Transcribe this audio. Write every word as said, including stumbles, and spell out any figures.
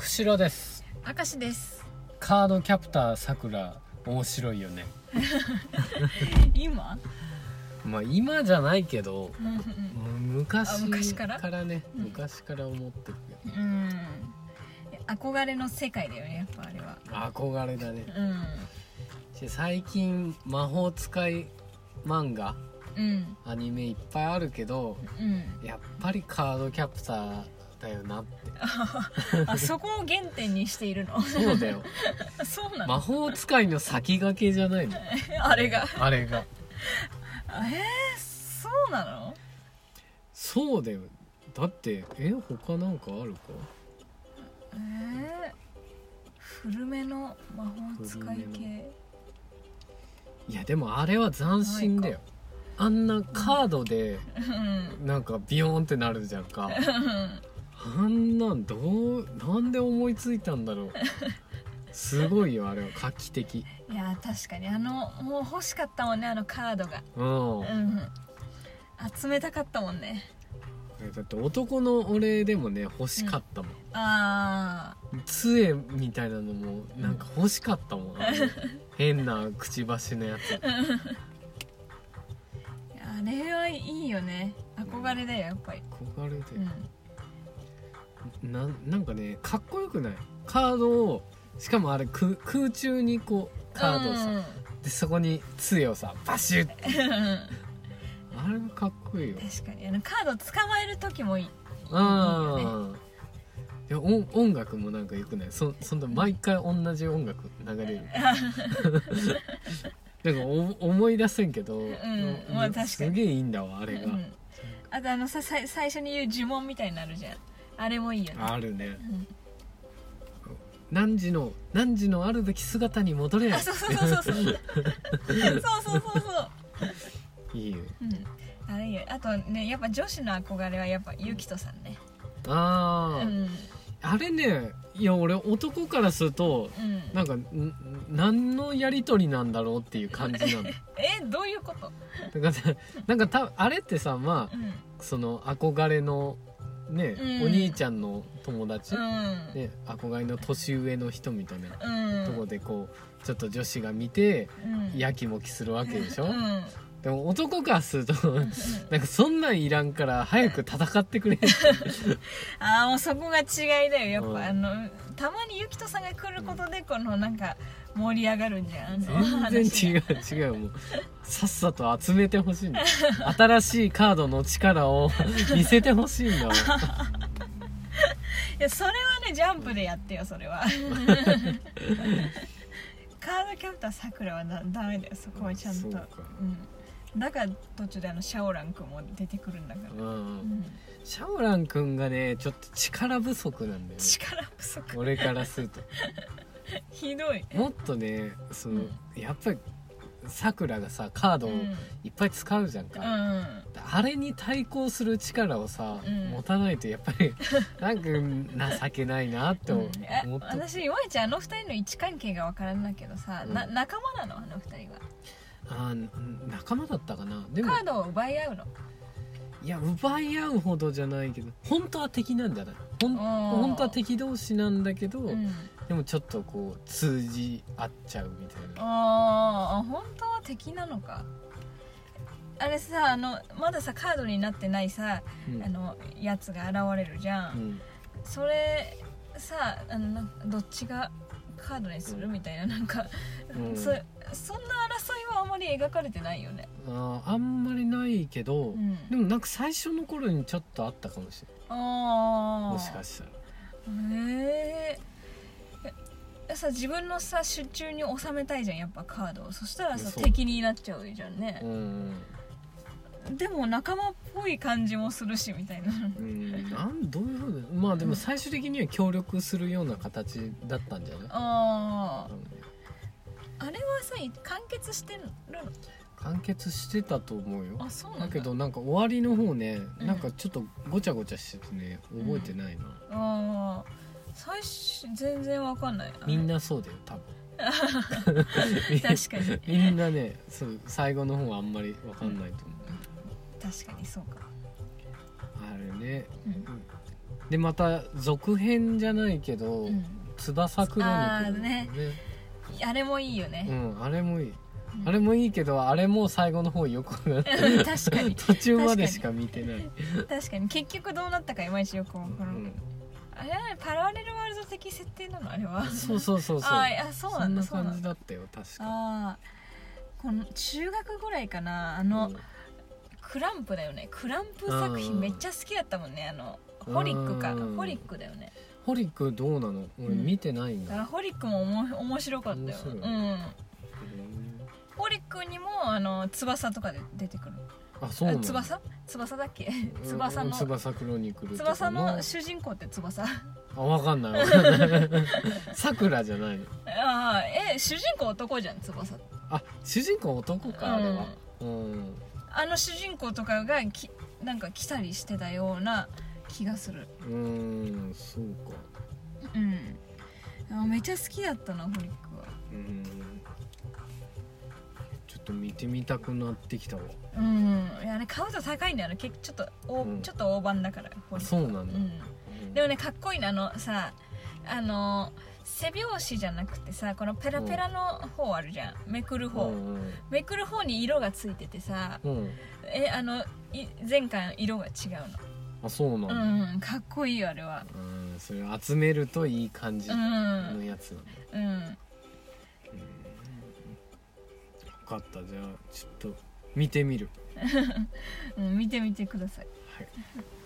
釧路です。 明石です。 カードキャプターさくら面白いよね今まあ今じゃないけど昔, 昔からからね、うん、昔から思ってるけど、 うん、憧れの世界だよね、やっぱあれは憧れだね、 うん、 最近魔法使い漫画、 うん、 アニメいっぱいあるけど、うん、やっぱりカードキャプターだよなってあそこを原点にしているのそうだよそうなの。 魔法使いの先駆けじゃないのあれがあれがえー、そうなの。 そうだよ。だってえ他なんかあるか。 えー、古めの魔法使い系。 いやでもあれは斬新だよ。あんなカードでなんかビヨーンってなるじゃんかあんなんどうなんで思いついたんだろうすごいよあれは画期的。いや確かにあのもう欲しかったもんね、あのカードが。うん、うん、集めたかったもんね。 だって男の俺でもね欲しかったもん、うん、 ああ杖みたいなのもなんか欲しかったもん、うん、変なくちばしのやつあれはいいよね、憧れだよやっぱり。 憧れで、うん、な, なんかねかっこよくない？カードをしかもあれ空中にこうカードをさ、うん、でそこに杖をさバシュッてあれかっこいいよ。 確かにあのカード捕まえる時もいい。 あいいよね。いや 音, 音楽もなんかよくない？ そ, そんな毎回同じ音楽流れるなんか思い出せんけど、うんまあ、確かにすげえいいんだわあれが、うん、 あとあのさ最初に言う呪文みたいになるじゃん、あれもいいよね。 あるね、うん、何時の何時のあるべき姿に戻れ。 あそうそうそうそうそうそうそうそういいよ、 うん、あれいいよ。あとねやっぱ女子の憧れはやっぱゆきとさんね。 ああ、うん、あれねいや俺男からすると、うん、なんかん何のやり取りなんだろうっていう感じなのえどういうこと？ だからなんかたあれってさまあ、うん、その憧れのね、うん、お兄ちゃんの友達、うんね、憧れの年上の人みたいな、うん、とこでこうちょっと女子が見て、うん、やきもきするわけでしょ、うんでも男からするとなんかそんなんいらんから早く戦ってくれああもうそこが違いだよやっぱ、うん、あのたまにゆきとさんが来ることでこのなんか盛り上がるんじゃん。 全然違う違うもうさっさと集めてほしいんだ新しいカードの力を見せてほしいんだもんいやそれはねジャンプでやってよそれはカードキャプターさくらはダメだよそこはちゃんと。だから途中であのシャオラン君も出てくるんだから、うんうん、 シャオラン君がねちょっと力不足なんだよね。 力不足俺からするとひどい。 もっとねその、うん、やっぱりさくらがさカードをいっぱい使うじゃんか、うん、あれに対抗する力をさ、うん、持たないとやっぱりなんか情けないなって思って、うん、 私いまいちあの二人の位置関係が分からんだけどさ、うん、な仲間なのあの二人は。 あ仲間だったかな。 でもカードを奪い合うの？ いや奪い合うほどじゃないけど本当は敵なんじゃない？ほん本当は敵同士なんだけど、うん、でもちょっとこう通じ合っちゃうみたいな。 ああ本当は敵なのか。あれさあのまださカードになってないさ、うん、あのやつが現れるじゃん、うん、それさあのどっちがカードにするみたいななんか、うん、そ, そんな争いはあまり描かれてないよね。 ああんまりないけど、うん、でもなんか最初の頃にちょっとあったかもしれない。あもしかしたらへえさ自分のさ手中に収めたいじゃんやっぱカードを。そしたらさ敵になっちゃうじゃんね。うんでも仲間っぽい感じもするしみたいな。 うんなんどういうふうなまあでも最終的には協力するような形だったんじゃない？あああれはさ完結してるの？ 完結してたと思うよ。 あそうなんだ。 だけどなんか終わりの方ね、うん、なんかちょっとごちゃごちゃしててね覚えてないな、うん、 ああ最初全然わかんない。 みんなそうだよ多分確かにみんなねそう最後の方はあんまりわかんないと思う、 うん、確かにそうか。 あれね、うん、 でまた続編じゃないけど、うん、翼クロニクル、 あーね、あれもいいよね。 うんあれもいい、あれもいいけど、あれも最後の方よく確かに途中までしか見てない。 確かに結局どうなったかいまいちよく分からん、うん、あれはパラレルワールド的設定なのあれは。 そうそうそうそう。 ああそうなんだ。 そんな感じだったよ確か。 あこの中学ぐらいかな、あの、うん、クランプだよね。クランプ作品めっちゃ好きだったもんね。あのホリックか、ホリックだよね。 ホリックどうなの？俺見てないんだ。 うん、だホリックもおも面白かったよ。うん。ホリックにもあの翼とかで出てくる。 あ、そうなの？ 翼？翼だっけ？翼の翼クロニクルとかの翼の主人公って翼？ あ、わかんないわかんないさくらじゃないの？ ああ、え、主人公男じゃん、翼。 あ、主人公男か、あれは。うん。 あの主人公とかがきなんか来たりしてたような気がする。 うーん、そうか。 うん。あ、めっちゃ好きだったな、ホリックは。 うん。ちょっと見てみたくなってきたわ。 うん。いやね、買うと高いんだよね。ちょっとお、うん、ちょっと大判だから。 あ、そうなんだ。うんでもね、かっこいいな。あのさ、あの背表紙じゃなくてさ、このペラペラの方あるじゃん、めくる方、うんうん、めくる方に色がついててさ、うん、えあの前回の色が違うの。 あ、そうなんだ。 うん、かっこいいよあれは。 うん、それを集めるといい感じのやつなんだ。うん、うん、分かった。じゃあちょっと見てみるうん、見てみてください。 はい